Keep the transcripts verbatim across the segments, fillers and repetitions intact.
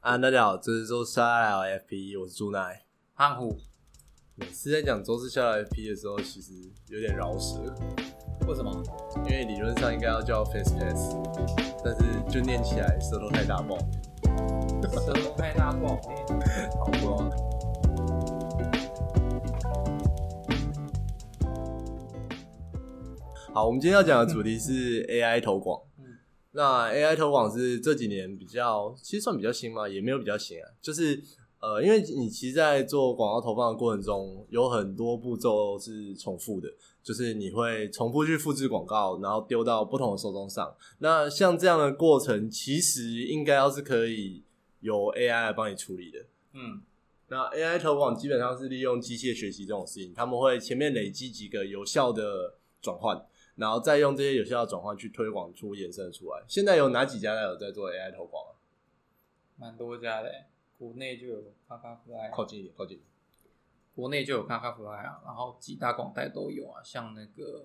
啊，大家好，这是周四下来聊 F P， 我是朱奈。 胖虎， 每次在讲周四下来 F P 的时候，其实有点饶舌。 为什么？ 因为理论上应该要叫 Face Pass， 但是就念起来舌头太大爆。 舌头太大爆， 好不好？好，我们今天要讲的主题是 A I 投广。嗯，那 A I 投广是这几年比较，其实算比较新嘛，也没有比较新啊。就是呃，因为你其实在做广告投放的过程中，有很多步骤是重复的，就是你会重复去复制广告，然后丢到不同的受众上。那像这样的过程，其实应该要是可以由 A I 来帮你处理的。嗯。那 A I 投广基本上是利用机械学习这种事情，他们会前面累积几个有效的转换，然后再用这些有效的转换去推广出延伸出来。现在有哪几家有在做 A I 投广啊？ 蛮多家的，国内就有卡卡 Fly， 靠近一点，靠近一点。 国内就有卡卡 Fly 啊，然后几大广代都有啊，像那个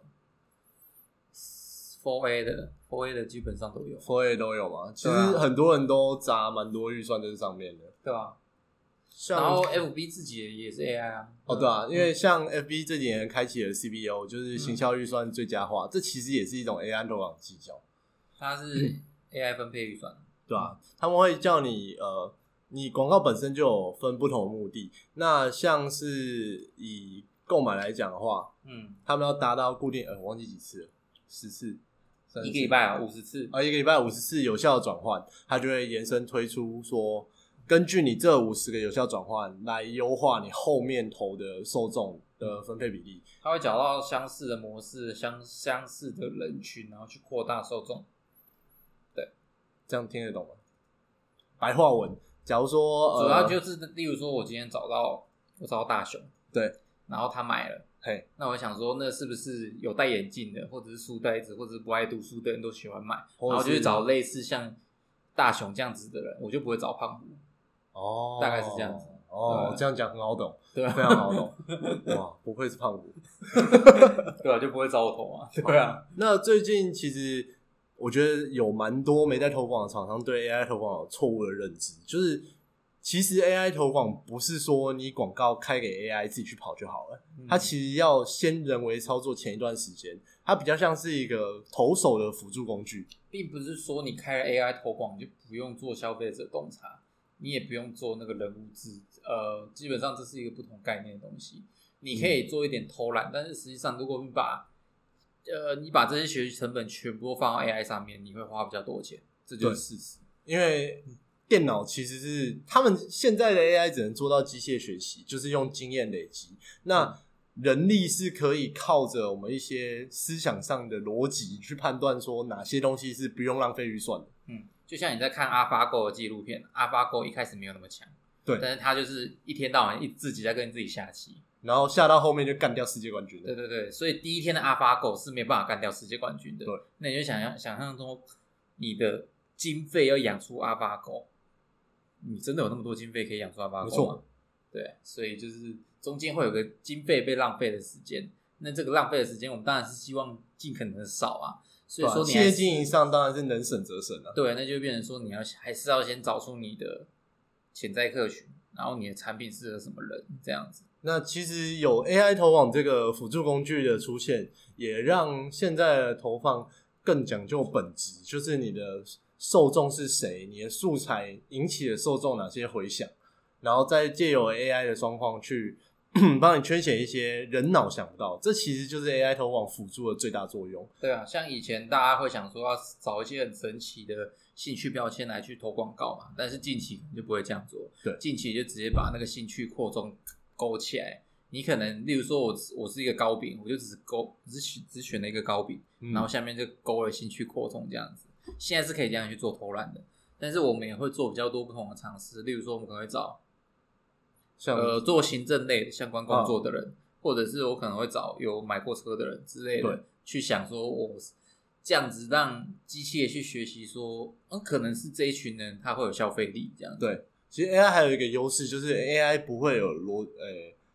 四 A 的 四 A 的基本上都有 ， 四 A 都有嘛？其实很多人都砸蛮多预算在这上面的， 对吧、啊？然后 F B 自己也是 A I 啊。 哦，对啊，因为像 F B 这几年开启了 C B O， 就是行销预算最佳化，嗯、这其实也是一种 A I 投广技巧。 它是 A I 分配预算， 对啊，他们会叫你呃，你广告本身就有分不同的目的。那像是以购买来讲的话，嗯，他们要达到固定，呃，我忘记几次了，十次， 一个礼拜啊，五十次啊，一个礼拜五十次有效的转换，它就会延伸推出说。根据你这五十个有效转换来优化你后面投的受众的分配比例， 它会找到相似的模式、相相似的人群，然后去扩大受众。对， 这样听得懂吗？白话文，假如说， 主要就是，例如说，我今天找到我找到大雄， 对， 然后他买了， 嘿， 那我想说，那是不是有戴眼镜的，或者是书呆子，或者是不爱读书的人都喜欢买，然后就去找类似像大雄这样子的人，我就不会找胖虎。 哦， 大概是这样子。 哦，这样讲很好懂， 对， 非常好懂。哇，不愧是胖虎。 对啊，就不会找我投啊。对啊。 那最近其实我觉得有蛮多没在投广的厂商对 A I 投广有错误的认知，就是其实 A I 投广不是说你广告开给 A I 自己去跑就好了，嗯、它其实要先人为操作前一段时间，它比较像是一个投手的辅助工具， 并不是说你开了 A I 投广就不用做消费者洞察。你也不用做那个人物志，呃，基本上这是一个不同概念的东西。你可以做一点偷懒，嗯、但是实际上，如果你把呃你把这些学习成本全部放到 A I 上面，你会花比较多钱，这就是事实。 因为电脑其实是他们现在的 A I 只能做到机械学习，就是用经验累积。那人力是可以靠着我们一些思想上的逻辑去判断说哪些东西是不用浪费预算的。 嗯。就像你在看 AlphaGo 的纪录片 ，AlphaGo 一开始没有那么强， 对， 但是他就是一天到晚一自己在跟自己下棋， 然后下到后面就干掉世界冠军了。 对对对，所以第一天的 AlphaGo 是没办法干掉世界冠军的。 对， 那你就想象想象中，你的经费要养出 AlphaGo， 你真的有那么多经费可以养出 AlphaGo 吗？没错，对，所以就是中间会有个经费被浪费的时间，那这个浪费的时间，我们当然是希望尽可能的少啊。所以说你，企业经营上当然是能省则省啊。 对，那就变成说你要还是要先找出你的潜在客群，然后你的产品适合什么人，这样子。 那其实有 A I 投网这个辅助工具的出现，也让现在的投放更讲究本质，就是你的受众是谁，你的素材引起的受众哪些回响，然后再借由 A I 的状况去帮你圈选一些人脑想不到，这其实就是 A I 投网辅助的最大作用。 对啊，像以前大家会想说要找一些很神奇的兴趣标签来去投广告嘛，但是近期就不会这样做。 对， 近期就直接把那个兴趣扩充勾起来。你可能例如说我我是一个糕饼，我就只是勾只是只选了一个糕饼、嗯，然后下面就勾了兴趣扩充这样子。现在是可以这样去做投篮的，但是我们也会做比较多不同的尝试，例如说我们可能会找。呃，做行政类的相关工作的人、啊，或者是我可能会找有买过车的人之类的，去想说我这样子让机器也去学习说，嗯，可能是这一群人他会有消费力这样子。 对，其实 A I 还有一个优势就是 A I 不会有逻，呃、欸，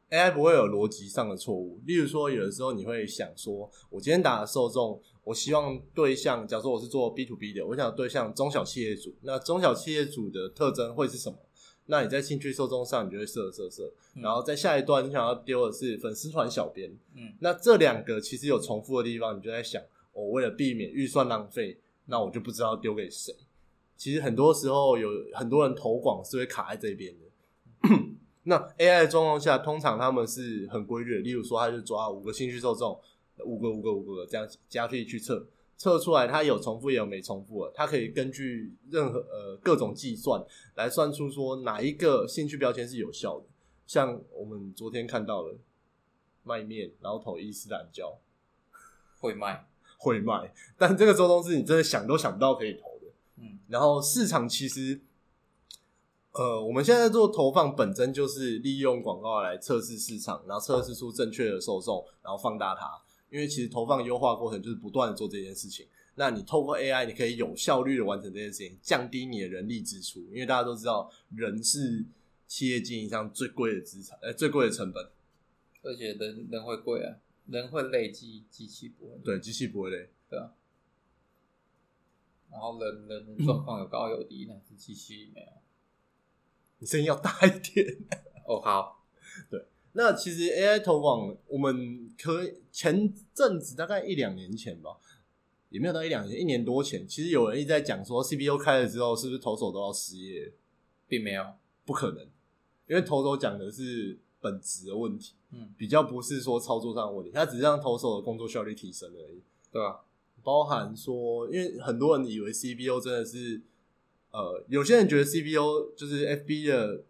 A I 不会有逻辑上的错误。例如说，有的时候你会想说，我今天打的受众，我希望对象，假如说我是做 B to B 的，我想对象中小企业主，那中小企业主的特征会是什么？那你在兴趣受众上，你就会设设设，嗯、然后在下一段你想要丢的是粉丝团小编，嗯，那这两个其实有重复的地方，你就在想，我、哦、为了避免预算浪费，那我就不知道丢给谁。其实很多时候有很多人投广是会卡在这边的。那 A I 的状况下，通常他们是很规律的，例如说，他就抓五个兴趣受众，五个五个五个这样加去去测，测出来它有重复也有没重复的，它可以根据任何呃各种计算来算出说哪一个兴趣标签是有效的。像我们昨天看到的卖面，然后投伊斯兰教， 会卖会卖，但这个周中是你真的想都想不到可以投的。嗯，然后市场其实。呃，我们现在在做投放，本身就是利用广告来测试市场，然后测试出正确的受众，然后放大它。因为其实投放优化过程就是不断的做这件事情。那你透过 A I， 你可以有效率的完成这件事情，降低你的人力支出。因为大家都知道，人是企业经营上最贵的资产，呃，最贵的成本。 而且人人会贵啊，人会累积，机器不会累。 对，机器不会累。 对啊。然后人人的状况有高有低，但是机器没有。 你声音要大一点哦，好， 对，那其实 A I 投广，我们可以前阵子大概一两年前吧，也没有到一两年，一年多前，其实有人一直在讲说 C P U 开了之后，是不是投手都要失业？ 并没有， 不可能，因为投手讲的是本质的问题，嗯，比较不是说操作上的问题，它只是让投手的工作效率提升而已， 对吧？ 包含说，因为很多人以为 C P U 真的是。呃，有些人觉得 C P U 就是 F B 的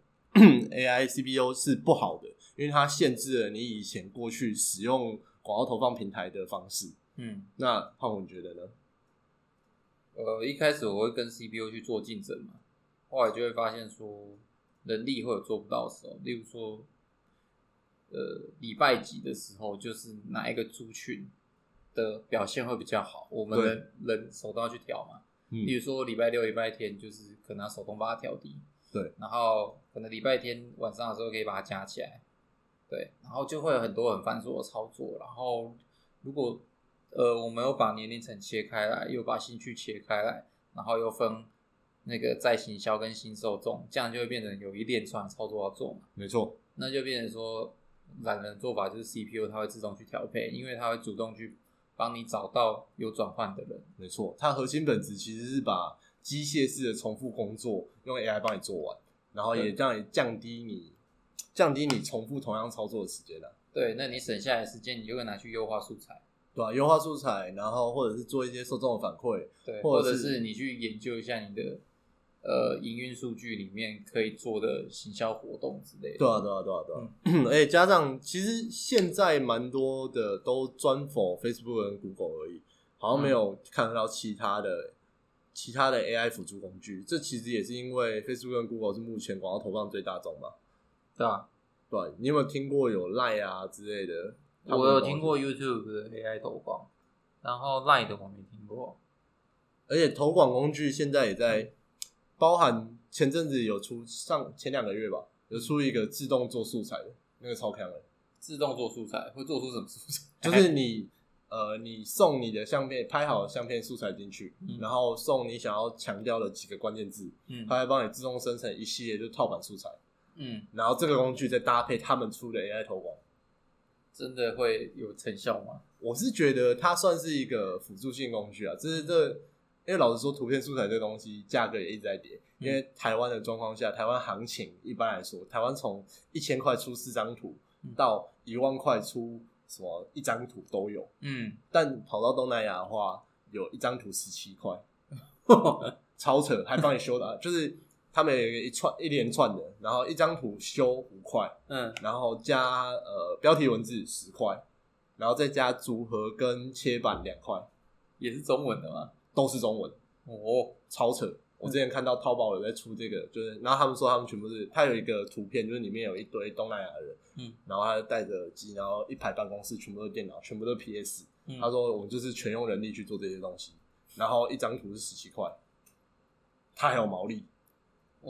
A I C P U 是不好的，因为它限制了你以前过去使用广告投放平台的方式。嗯，那胖虎你觉得呢？ 呃，一开始我会跟 C P U 去做竞争嘛，后来就会发现说人力会有做不到的时候，例如说，呃，礼拜几的时候，就是哪一个族群的表现会比较好，我们人人手都要去调嘛。嗯、例如说礼拜六、礼拜天，就是可能要手动把它调低， 对， 然后可能礼拜天晚上的时候可以把它加起来，对，然后就会有很多很繁琐的操作。然后如果呃我们又把年龄层切开来，又把兴趣切开来，然后又分那个再行销跟新受众，这样就会变成有一连串操作要做嘛。 没错， 那就变成说懒人做法就是 C P U 它会自动去调配，因为它会主动去帮你找到有转换的人。 没错，它核心本质其实是把机械式的重复工作用 A I 帮你做完，然后也让你降低你降低你重复同样操作的时间啦。 对，那你省下来的时间，你就会拿去优化素材， 对啊，优化素材，然后或者是做一些受众的反馈， 对，或者是你去研究一下你的呃营运数据里面可以做的行销活动之类的。 对啊，对啊，对啊，对啊。嗯，而且加上其实现在蛮多的都专 for Facebook 跟 Google 而已，好像没有看到其他的、嗯、其他的 A I 辅助工具。这其实也是因为 Facebook 跟 Google 是目前广告投放最大众嘛。 对啊， 对啊，你有没有听过有 Line 啊之类的？ 我有听过 YouTube 的 A I 投广，然后 Line 的我没听过。 而且投广工具现在也在包含前阵子有出上前两个月吧，有出一个自动做素材的，那个超强的。 自动做素材会做出什么素材？ 就是你呃，你送你的相片拍好的相片素材进去，嗯、然后送你想要强调的几个关键字，嗯，它会帮你自动生成一系列就是套版素材，嗯，然后这个工具再搭配他们出的 A I 投广， 真的会有成效吗？ 我是觉得它算是一个辅助性工具啊，这是这，因为老实说，图片素材这个东西价格也一直在跌，嗯、因为台湾的状况下，台湾行情一般来说，台湾从一千块出四张图，嗯、到一万块出什么一张图都有，嗯，但跑到东南亚的话，有一张图十七块，超扯，还帮你修的，就是他们有一串一连串的，然后一张图修五块，嗯，然后加呃标题文字十块，然后再加组合跟切板两块， 也是中文的吗？ 都是中文哦，超扯！我之前看到淘宝有在出这个，就是然后他们说他们全部是，他有一个图片，就是里面有一堆东南亚的人，嗯，然后他戴着耳机，然后一排办公室全部都是电脑，全部都是 P S，嗯，他说我们就是全用人力去做这些东西，然后一张图是十七块，他还有毛利。 哦，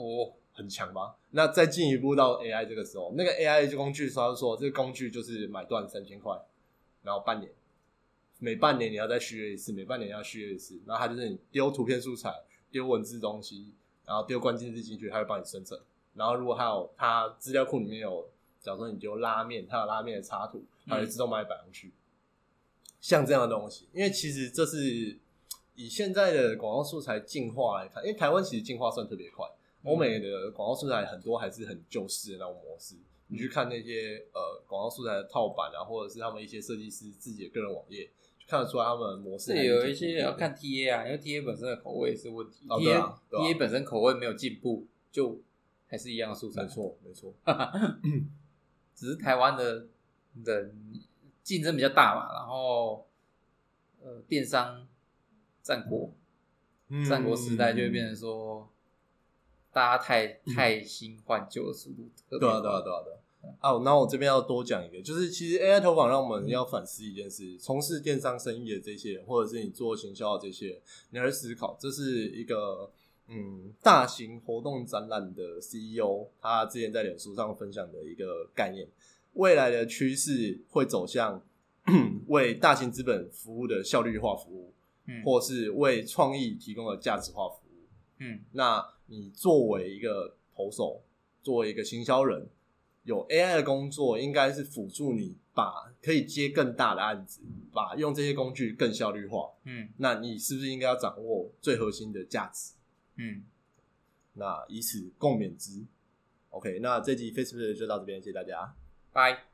很强吧？那再进一步到 A I 这个时候，那个 A I 工具他说这个工具就是买断三千块，然后半年，每半年你要再续约一次，每半年要续约一次，然后它就是你丢图片素材、丢文字东西，然后丢关键字进去，它会帮你生成。然后如果还有它资料库里面有，假如说你丢拉面，它有拉面的插图，它会自动帮你摆上去。嗯、像这样的东西，因为其实这是以现在的广告素材进化来看，因为台湾其实进化算特别快。欧美的广告素材很多还是很旧式的那种模式，你去看那些呃广告素材的套版啊，或者是他们一些设计师自己的个人网页，就看得出来他们的模式。 这有一些要看 T A 啊，因为 T A 本身的口味是问题。 哦、 T A、 啊啊、 T A 本身口味没有进步，就还是一样的素材。 没错，没错。 只是台湾的人竞争比较大嘛，然后呃电商战国、嗯、战国时代就会变成说。大家太太新换旧的速度特别快， 对啊对啊对啊对啊。啊，那我这边要多讲一个，就是其实 A I 投放让我们要反思一件事：从事电商生意的这些人，或者是你做行销的这些人，你要去思考，这是一个嗯大型活动展览的 C E O， 他之前在脸书上分享的一个概念，未来的趋势会走向为大型资本服务的效率化服务，嗯，或是为创意提供的价值化服务，嗯，那。你作为一个投手，作为一个行销人，有 A I 的工作应该是辅助你把可以接更大的案子，把用这些工具更效率化。嗯，那你是不是应该要掌握最核心的价值？嗯，那以此共勉之。OK， 那这集 Facebook 就到这边，谢谢大家， 拜。